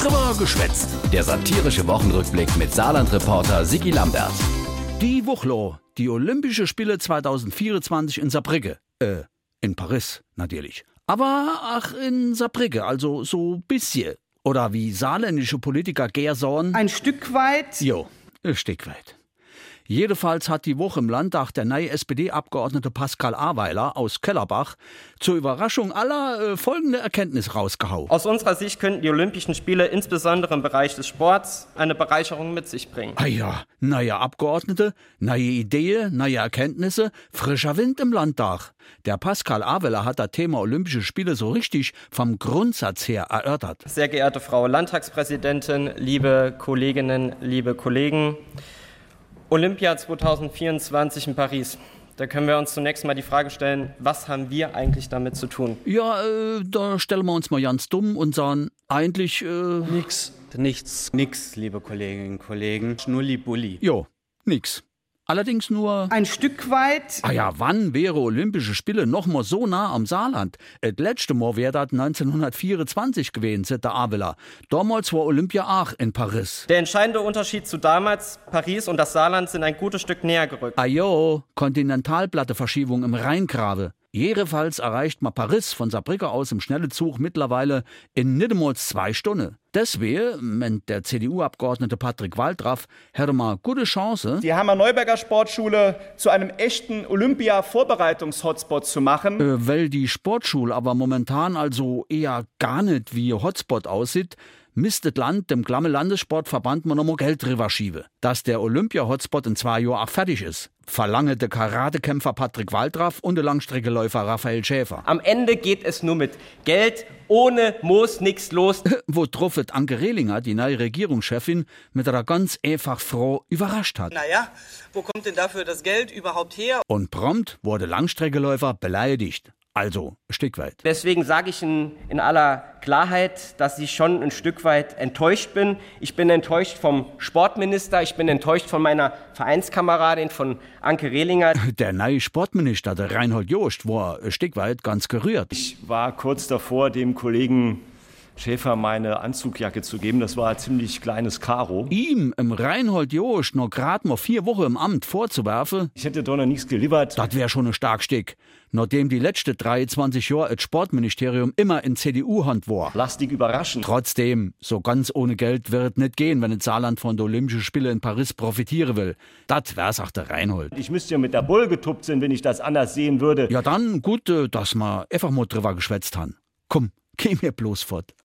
Drüber geschwätzt. Der satirische Wochenrückblick mit Saarland-Reporter Sigi Lambert. Die Wuchlo, die Olympische Spiele 2024 in Saarbrücke. In Paris natürlich. Aber in Saarbrücke, also so bisschen. Oder wie saarländische Politiker Gerson. Ein Stück weit. Jo, ein Stück weit. Jedenfalls hat die Woche im Landtag der neue SPD-Abgeordnete Pascal Aweiler aus Kellerbach zur Überraschung aller folgende Erkenntnis rausgehauen. Aus unserer Sicht könnten die Olympischen Spiele insbesondere im Bereich des Sports eine Bereicherung mit sich bringen. Ah ja, neue Abgeordnete, neue Ideen, neue Erkenntnisse, frischer Wind im Landtag. Der Pascal Aweiler hat das Thema Olympische Spiele so richtig vom Grundsatz her erörtert. Sehr geehrte Frau Landtagspräsidentin, liebe Kolleginnen, liebe Kollegen, Olympia 2024 in Paris. Da können wir uns zunächst mal die Frage stellen, was haben wir eigentlich damit zu tun? Ja, da stellen wir uns mal ganz dumm und sagen, eigentlich Nix, liebe Kolleginnen und Kollegen. Schnulli-Bulli. Jo, nix. Allerdings nur... Ein Stück weit. Ah ja, wann wäre Olympische Spiele noch mal so nah am Saarland? Das letzte Mal wäre das 1924 gewesen, sagt der Aweiler. Damals war Olympia auch in Paris. Der entscheidende Unterschied zu damals, Paris und das Saarland sind ein gutes Stück näher gerückt. Ah jo, Kontinentalplatteverschiebung im Rheingrabe. Jedenfalls erreicht man Paris von Saarbrücke aus im schnellen Zug mittlerweile in nicht einmal 2 Stunden. Deswegen, meint der CDU-Abgeordnete Patrick Waldraff, hätte man gute Chance, die Hammer-Neuberger Sportschule zu einem echten Olympia-Vorbereitungs-Hotspot zu machen. Weil die Sportschule aber momentan also eher gar nicht wie Hotspot aussieht, misst das Land dem klamme Landessportverband noch mal Geld drüber schiebe. Dass der Olympia-Hotspot in 2 Jahren auch fertig ist, verlange der Karatekämpfer Patrick Waldraff und der Langstreckeläufer Raphael Schäfer. Am Ende geht es nur mit Geld, ohne Moos nix los. Wo truffet Anke Rehlinger, die neue Regierungschefin, mit einer ganz einfach Frau überrascht hat. Naja, wo kommt denn dafür das Geld überhaupt her? Und prompt wurde Langstreckeläufer beleidigt. Also, ein Stück weit. Deswegen sage ich in aller Klarheit, dass ich schon ein Stück weit enttäuscht bin. Ich bin enttäuscht vom Sportminister, ich bin enttäuscht von meiner Vereinskameradin, von Anke Rehlinger. Der neue Sportminister, der Reinhold Jost, war ein Stück weit ganz gerührt. Ich war kurz davor, dem Kollegen Schäfer meine Anzugjacke zu geben. Das war ein ziemlich kleines Karo. Ihm, im Reinhold Jost, noch gerade mal 4 Wochen im Amt vorzuwerfen, Ich hätte doch noch nichts geliefert. das wäre schon ein stark Stück. Nachdem die letzten 23 Jahre das Sportministerium immer in CDU-Hand war. Lass dich überraschen. Trotzdem, so ganz ohne Geld wird nicht gehen, wenn das Saarland von den Olympischen Spielen in Paris profitieren will. Das wär's auch der Reinhold. Ich müsste ja mit der Bull getuppt sein, wenn ich das anders sehen würde. Ja dann, gut, dass wir einfach mal drüber geschwätzt haben. Komm, geh mir bloß fort.